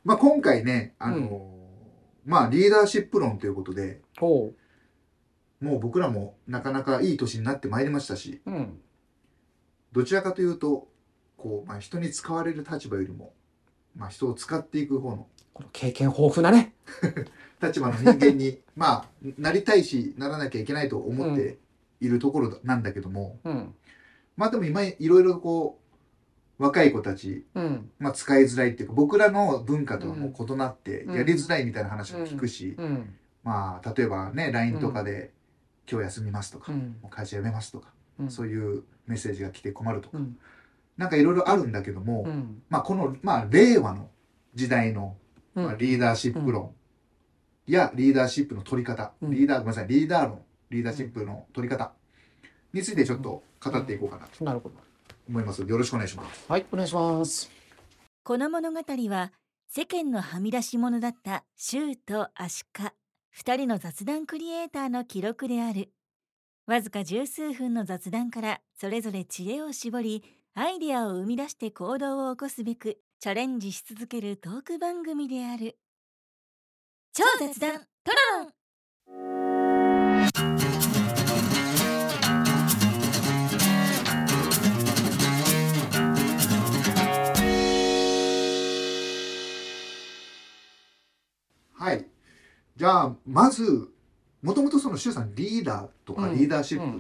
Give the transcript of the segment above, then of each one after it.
まあ今回ね、まあリーダーシップ論ということで、 おもう僕らもなかなかいい年になってまいりましたし、 うん。 どちらかというと、こう、まあ人に使われる立場よりも、まあ人を使っていく方のこの経験豊富なね。 立場の人間に、まあ、なりたいし、ならなきゃいけないと思っているところなんだけども、 うん。 まあでも今いろいろこう、若い子たち、 うん。 まあ使いづらいっていうか、僕らの文化とはもう異なってうんやりづらいみたいな話も聞くし、 うん。 まあ例えばね、LINE とかうん。 で今日休みますとか、 うんもう会社辞めますとか、 うんそういうメッセージが来て困るとか、 うんなんかいろいろあるんだけども、 うんまあこの、まあ令和の時代の、 うんまあ、リーダーシップ論やリーダーシップの取り方、 うんリーダー、ごめんなさい、リーダー論、リーダーシップの取り方についてちょっと語っていこうかなとなるほど。 思います。よろしくお願いします。 はい、お願いします。 この物語は世間のはみ出し者だったシューとアシカ2人の雑談クリエイターの記録である。わずか十数分の雑談からそれぞれ知恵を絞りアイデアを生み出して行動を起こすべくチャレンジし続けるトーク番組である。超雑談トロロン。 はい。じゃあ、まず、もともとその周さんリーダーとかリーダーシップって、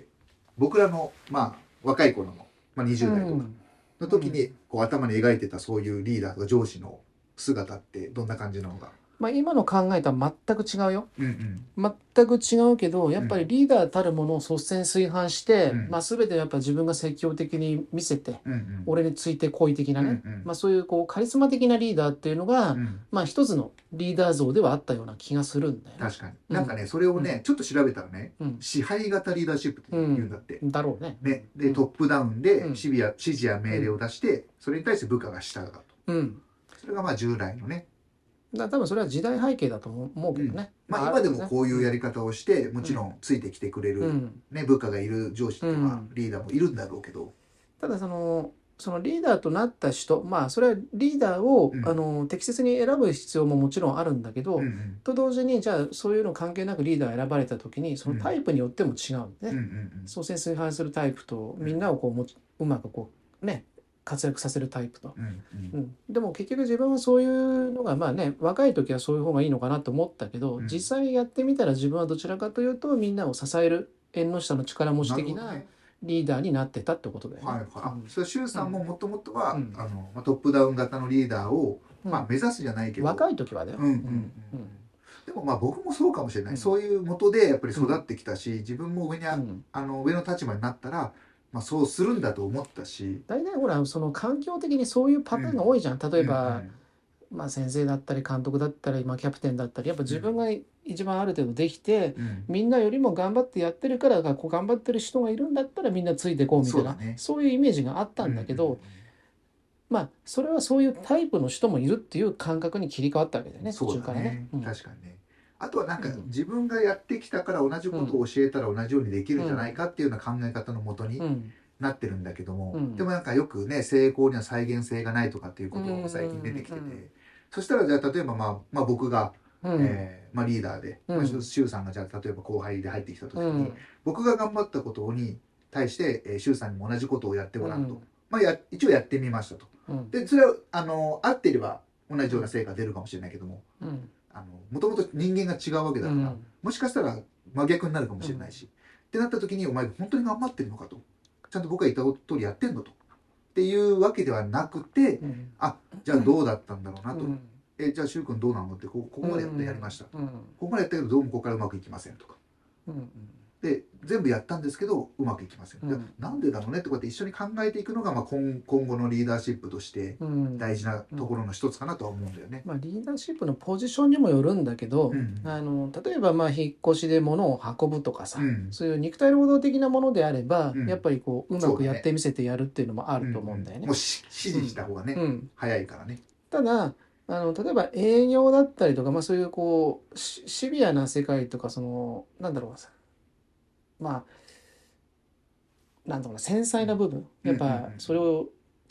僕らの、まあ、若い頃の、まあ、20代とかの時に、こう頭に描いてたそういうリーダーとか上司の姿ってどんな感じなのか。 まあ今の考えとは全く違うよ。 うん全く違うけど、やっぱりリーダーたるものを率先垂範して、まあ全てやっぱ自分が積極的に見せて、俺についてこい的なね、まあそういうこうカリスマ的なリーダーっていうのが、まあ一つのリーダー像ではあったような気がするんだよね。 確かに。なんかね、それをね、ちょっと調べたらね、支配型リーダーシップって言うんだって。 だろうね。 ね。で、トップダウンで指示や命令を出して、それに対して部下が従うと。それがまあ従来のね。 多分それは時代背景だと思うけどね。 まあ今でもこういうやり方をして、もちろんついてきてくれる、ね、部下がいる上司とかリーダーもいるんだろうけど。 ただそのリーダーとなった人、まあそれはリーダーを、適切に選ぶ必要ももちろんあるんだけど、と同時にじゃあそういうの関係なくリーダーを選ばれた時にそのタイプによっても違うんでね。率先垂範するタイプとみんなをこううまくこうね活躍させるタイプと、でも結局自分はそういうのがまあね若い時はそういう方がいいのかなと思ったけど、実際やってみたら自分はどちらかというとみんなを支える縁の下の力持ち的なリーダーになってたってことだよね。 はいはい。それ周さんももともとは、トップダウン型のリーダーを、まあ目指すじゃないけど若い時はだよ。 でもまあ僕もそうかもしれない。そういう元でやっぱり育ってきたし、自分も上に上の立場になったら。まあそうするんだと思ったし、 大体ほらその環境的にそういうパターンが多いじゃん。例えば、まあ先生だったり監督だったり、まあキャプテンだったり、やっぱ自分が一番ある程度できて、みんなよりも頑張ってやってるからこう頑張ってる人がいるんだったらみんなついてこうみたいな、そういうイメージがあったんだけど、まあそれはそういうタイプの人もいるっていう感覚に切り替わったわけだよね、途中からね。 確かにね。あとはなんか自分がやってきたから同じことを教えたら同じようにできるんじゃないかっていうような考え方のもとになってるんだけども、でもなんかよくね成功には再現性がないとかっていうことが最近出てきてて、そしたらじゃあ例えばまあ僕が、まあ、リーダーで、周さんがじゃあ例えば後輩で入ってきた時に、僕が頑張ったことに対して周さんにも同じことをやってごらんと、まあ一応やってみましたと。でそれは合っていれば同じような成果が出るかもしれないけども、もともと人間が違うわけだから、もしかしたら真逆になるかもしれないし、ってなった時にお前本当に頑張ってるのかと、ちゃんと僕が言った通りやってんのとっていうわけではなくて、じゃあどうだったんだろうなと、じゃあ柊君どうなのってここまでやりました、ここまでやったけどどうもここからうまくいきませんとか、で全部やったんですけどうまくいきません、じゃあなんでだろうねってこうやって一緒に考えていくのが、まあ、今後のリーダーシップとして大事なところの一つかなとは思うんだよね。 まあ、リーダーシップのポジションにもよるんだけど、例えばまあ引っ越しで物を運ぶとかさ、そういう肉体労働的なものであれば、やっぱりこううまくやってみせてやるっていうのもあると思うんだよね。 もう指示した方がね、早いからね。 ただ例えば営業だったりとか、まあ、そういうこうシビアな世界とかなんだろうさ、まあなんだろうな、繊細な部分、やっぱそれを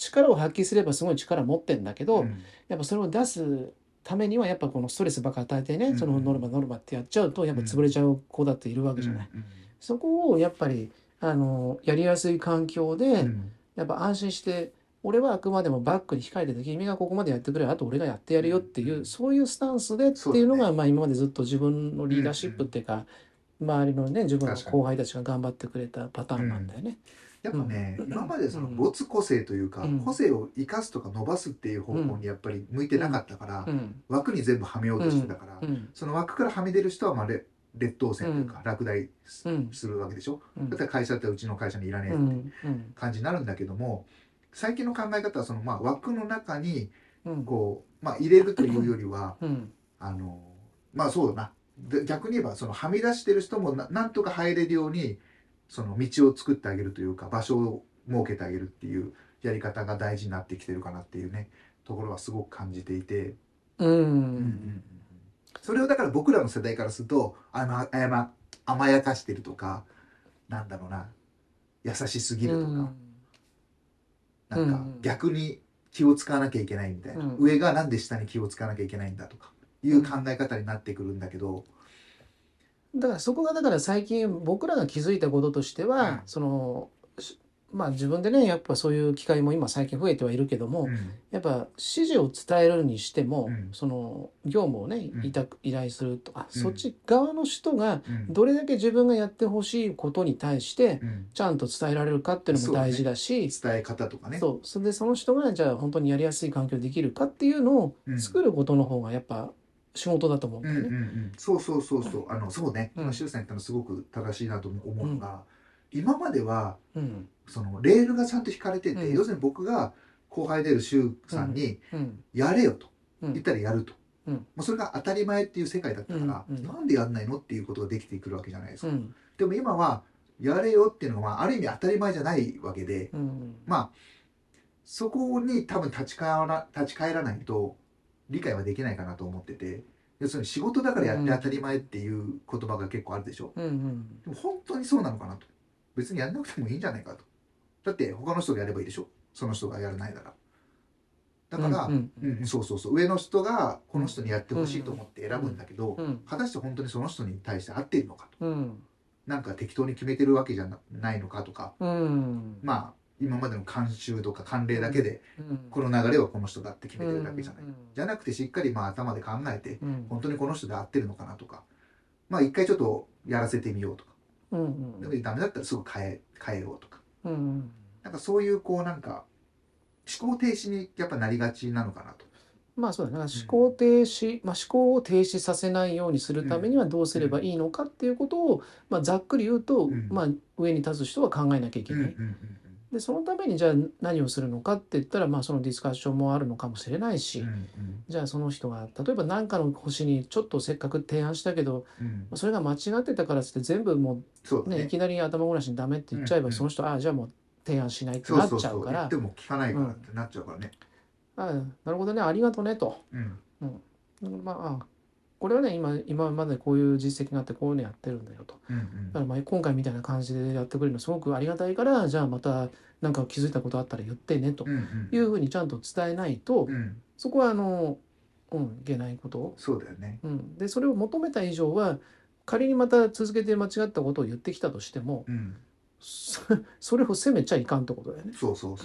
力を発揮すればすごい力持ってんだけど、 うん、 やっぱそれを出すためにはやっぱこのストレスばっか与えてね、そのノルマってやっちゃうとやっぱ潰れちゃう子だっているわけじゃない。そこをやっぱりやりやすい環境で、やっぱ安心して、俺はあくまでもバックに控えてて、君がここまでやってくれ、あと俺がやってやるよっていう、そういうスタンスでっていうのが、まあ今までずっと自分のリーダーシップっていうか、周りのね、自分の後輩たちが頑張ってくれたパターンなんだよね。 やっぱね、今までその没個性というか、個性を生かすとか伸ばすっていう方向にやっぱり向いてなかったから、枠に全部はめようとしてたから、その枠からはみ出る人はまあ劣等生というか落第するわけでしょ。だったら会社だったらうちの会社にいらねえって感じになるんだけども、最近の考え方はそのまあ枠の中にこう、まあ、入れるというよりは、まあそうだな、逆に言えばそのはみ出してる人もなんとか入れるようにその道を作ってあげるというか、場所を設けてあげるっていうやり方が大事になってきてるかなっていうねところはすごく感じていて、それをだから僕らの世代からすると甘やかしてるとか、なんだろうな、優しすぎるとか、なんか逆に気を使わなきゃいけないみたいな、上がなんで下に気を使わなきゃいけないんだとかいう考え方になってくるんだけど、 だからそこがだから最近僕らが気づいたこととしては、そのまあ自分でねやっぱそういう機会も今最近増えてはいるけども、やっぱ指示を伝えるにしても、その業務をね依頼するとか、そっち側の人がどれだけ自分がやってほしいことに対してちゃんと伝えられるかっていうのも大事だし、 伝え方とかね、 それでその人がじゃあ本当にやりやすい環境できるかっていうのを作ることの方がやっぱ仕事だと思うんだよね。 そうそうね、今周さん言ったのすごく正しいなと思うのが、今までは、そのレールがちゃんと引かれてて、要するに僕が後輩である周さんにやれよと言ったらやると、もうそれが当たり前っていう世界だったから、なんでやんないのっていうことができてくるわけじゃないですか。でも今はやれよっていうのが、まあ、ある意味当たり前じゃないわけで、まあそこに多分立ち返らないと理解はできないかなと思ってて、要するに仕事だからやって当たり前っていう言葉が結構あるでしょ。でも本当にそうなのかなと。別にやんなくてもいいんじゃないかと。だって他の人がやればいいでしょ、その人がやらないなら。だから、そう上の人がこの人にやってほしいと思って選ぶんだけど、果たして本当にその人に対して合っているのかと、なんか適当に決めてるわけじゃないのかとか、まあ今までの慣習とか慣例だけで、この流れはこの人だって決めてるだけじゃない、じゃなくてしっかりまあ頭で考えて、本当にこの人で合ってるのかなとか、まあ一回ちょっとやらせてみようとか、でもダメだったらすぐ変えようとか、なんかそういうこうなんか思考停止にやっぱなりがちなのかなと。 まあそうだね、思考停止、思考を停止させないようにするためにはどうすればいいのかっていうことを、まあ、ざっくり言うと、まあ、上に立つ人は考えなきゃいけない。でそのためにじゃあ何をするのかって言ったら、まあ、そのディスカッションもあるのかもしれないし、じゃあその人が例えば何かの星にちょっとせっかく提案したけど、それが間違ってたからっつって全部もうね、いきなり頭ごなしにダメって言っちゃえば、その人じゃあもう提案しないってなっちゃうから、 言っても聞かないからってなっちゃうからね。 なるほどね、ありがとうねと。まあこれはね今までこういう実績があってこういうのやってるんだよと。だからまあ今回みたいな感じでやってくれるのすごくありがたいから、じゃあまた何か気づいたことあったら言ってねというふうにちゃんと伝えないと、そこはいけないこと。 そうだよね。 でそれを求めた以上は、仮にまた続けて間違ったことを言ってきたとしても、それを責めちゃいかんってことだよね。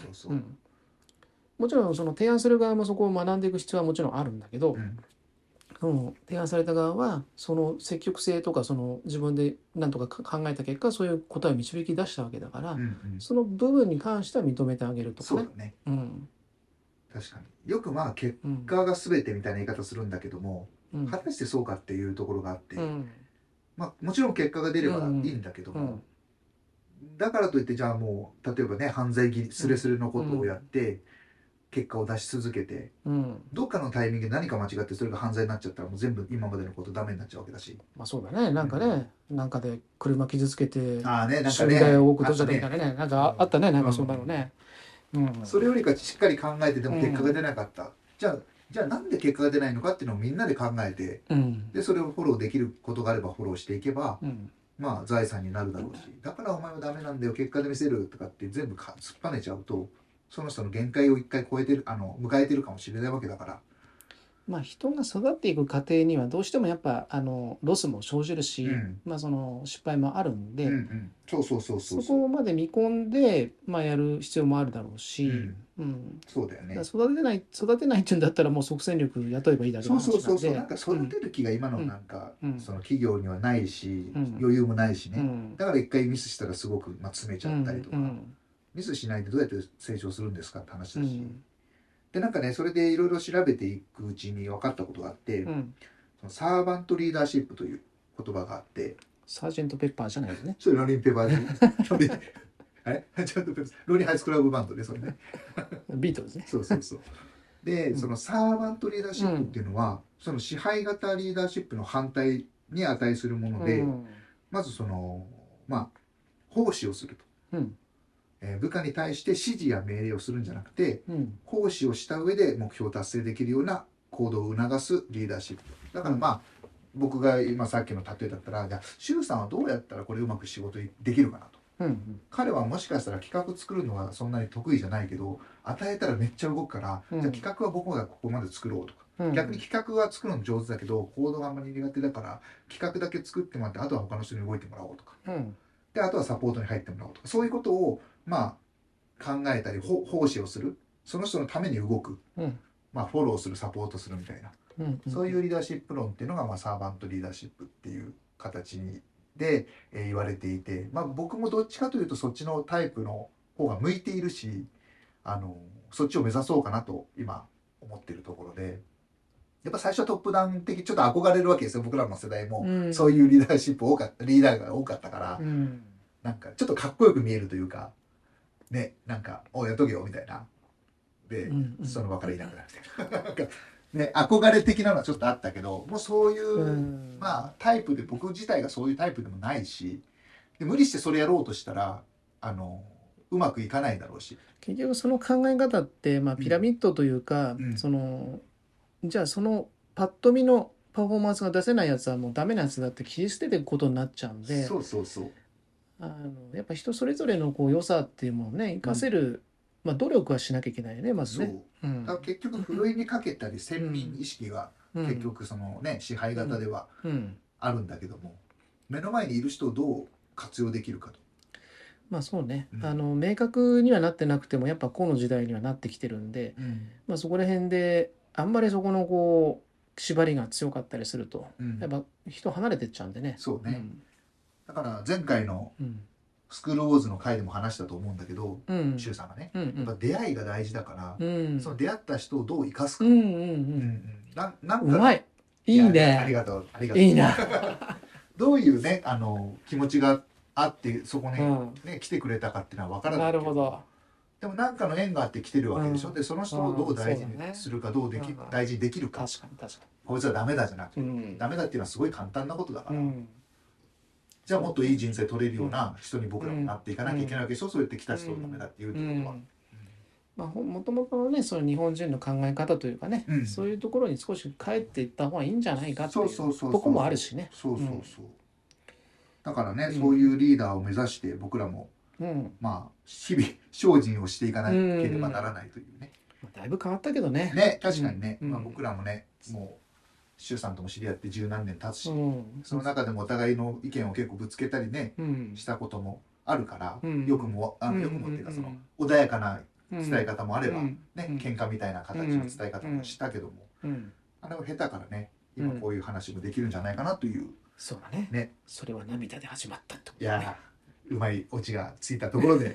もちろんその提案する側もそこを学んでいく必要はもちろんあるんだけど、提案された側はその積極性とかその自分で何とか考えた結果そういう答えを導き出したわけだから、その部分に関しては認めてあげるとかね。 そうだね。確かによくまあ結果が全てみたいな言い方するんだけども、果たしてそうかっていうところがあって、まあもちろん結果が出ればいいんだけども、だからといってじゃあもう例えばね犯罪スレスレのことをやって、結果を出し続けて、どっかのタイミングで何か間違ってそれが犯罪になっちゃったらもう全部今までのことダメになっちゃうわけだし。 まあそうだね、なんかね、なんかで車傷つけて収害を多く取っちゃったみたいなね、なんかあったね、なんかそんなのね。 それよりかしっかり考えてでも結果が出なかった、じゃあなんで結果が出ないのかっていうのをみんなで考えて、でそれをフォローできることがあればフォローしていけば、まあ財産になるだろうし、だからお前はダメなんだよ結果で見せるとかって全部突っぱねちゃうとその人の限界を一回超えてる迎えてるかもしれないわけだから。 まあ、人が育っていく過程にはどうしてもやっぱロスも生じるし、まあ、その失敗もあるんで、 そうそこまで見込んで、まあ、やる必要もあるだろうし、 そうだよね。 育てないっていうんだったらもう即戦力雇えばいいだけの話なんで、 そうなんか育てる気が今のなんか、その企業にはないし、余裕もないしね、だから一回ミスしたらすごく、詰めちゃったりとか、ミスしないでどうやって成長するんですかって話だし、でなんかねそれでいろいろ調べていくうちに分かったことがあって、そのサーバントリーダーシップという言葉があって、 サージェントペッパーじゃないですね。 それロリンペッパーでちゃんとロリンハイスクラブバンドでそれねビートですね。 そうで、そのサーバントリーダーシップっていうのは、その支配型リーダーシップの反対に値するもので、まずその奉仕をすると、部下に対して指示や命令をするんじゃなくて、奉仕をした上で目標を達成できるような行動を促すリーダーシップだから僕が今さっきの例えだったら、じゃあ周さんはどうやったらこれうまく仕事できるかなと。彼はもしかしたら企画作るのはそんなに得意じゃないけど与えたらめっちゃ動くから、じゃあ企画は僕がここまで作ろうとか、逆に企画は作るの上手だけど行動があんまり苦手だから企画だけ作ってもらってあとは他の人に動いてもらおうとか、であとはサポートに入ってもらおうとか、そういうことを考えたり奉仕をする、その人のために動く、フォローするサポートするみたいな、そういうリーダーシップ論っていうのが、サーバントリーダーシップっていう形で言われていて、僕もどっちかというとそっちのタイプの方が向いているし、そっちを目指そうかなと今思っているところで、やっぱ最初はトップダウン的ちょっと憧れるわけですよ。僕らの世代もそういうリーダーシップリーダーが多かったから、なんかちょっとかっこよく見えるというかね、なんか「おやっとけよ」みたいなで、その場からいなくなるみたいななんかね、憧れ的なのはちょっとあったけど、もうそういうタイプで僕自体がそういうタイプでもないし、で無理してそれやろうとしたらうまくいかないだろうし、 結局その考え方って、ピラミッドというか、じゃあそのパッと見のパフォーマンスが出せないやつはもうダメなやつだって切り捨てていくことになっちゃうんで、やっぱ人それぞれの良さっていうものをね生かせる、努力はしなきゃいけないよね、まずね。 だから結局ふるいにかけたり先民意識が結局そのね支配型ではあるんだけども、目の前にいる人をどう活用できるかと。 そうね、明確にはなってなくてもやっぱこの時代にはなってきてるんで、そこら辺であんまりそこの縛りが強かったりすると、やっぱ人離れてっちゃうんでね。 そうね、だから前回のスクールウォーズの回でも話したと思うんだけど、周さんがね、やっぱ出会いが大事だから、その出会った人をどう生かすか。 なんかうまい、いいね、 ありがとういいなどういうね気持ちがあってそこにね来てくれたかっていうのは分からないけど、 なるほど。 でも何かの縁があって来てるわけでしょ。でその人をどう大事にするか、どう大事にできるか。 確かにこいつはダメだじゃなくて、ダメだっていうのはすごい簡単なことだから、じゃあもっといい人生取れるような人に僕らもなっていかなきゃいけないわけでしょ。そうやって来た人をダメだって言うってことは、 もともとのねその日本人の考え方というかね、そういうところに少し帰っていった方がいいんじゃないかっていうとこもあるしね。 だからね、そういうリーダーを目指して僕らも日々精進をしていかなければならないというね。 だいぶ変わったけどね。 確かにね、僕らもねもう周さんとも知り合って十何年経つし、その中でもお互いの意見を結構ぶつけたりね、したこともあるから、よくもっていうかその穏やかな伝え方もあればね、喧嘩みたいな形の伝え方もしたけども、あれを下手からね今こういう話もできるんじゃないかなという。 そうだね。それは涙で始まったってことだね。いやうまいオチがついたところで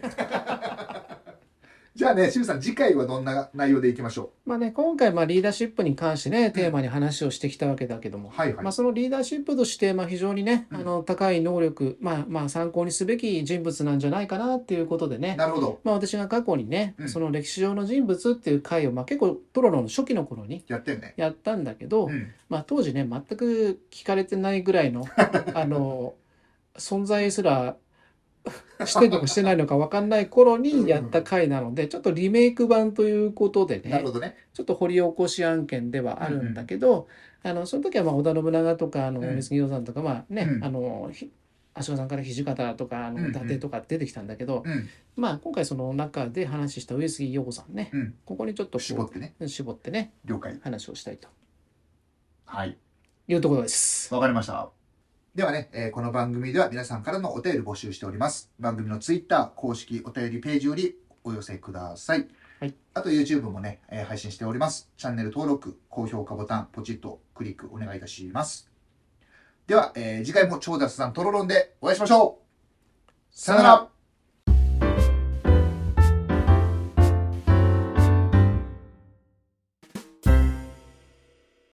じゃあね、周さん次回はどんな内容でいきましょう。今回リーダーシップに関してねテーマに話をしてきたわけだけども、そのリーダーシップとして非常にね高い能力参考にすべき人物なんじゃないかなっていうことでね。 なるほど。 私が過去にねその歴史上の人物っていう回を結構プロの初期の頃にやったんだけど、当時ね全く聞かれてないぐらいの存在すらしてるのかしてないのか分かんない頃にやった回なので、ちょっとリメイク版ということでね、ちょっと掘り起こし案件ではあるんだけど、その時は織田信長とか上杉鷹山とか足利さんから土方とか伊達とか出てきたんだけど、まあ今回その中で話した上杉陽子さんね、ここにちょっと絞ってね了解話をしたいとはいいうところです。 わかりました。ではね、この番組では皆さんからのお便り募集しております。番組のツイッター公式お便りページよりお寄せください。はい、あと YouTube もね、配信しております。チャンネル登録、高評価ボタン、ポチッとクリックお願いいたします。では、次回も超雑談トロロンでお会いしましょう。さよなら。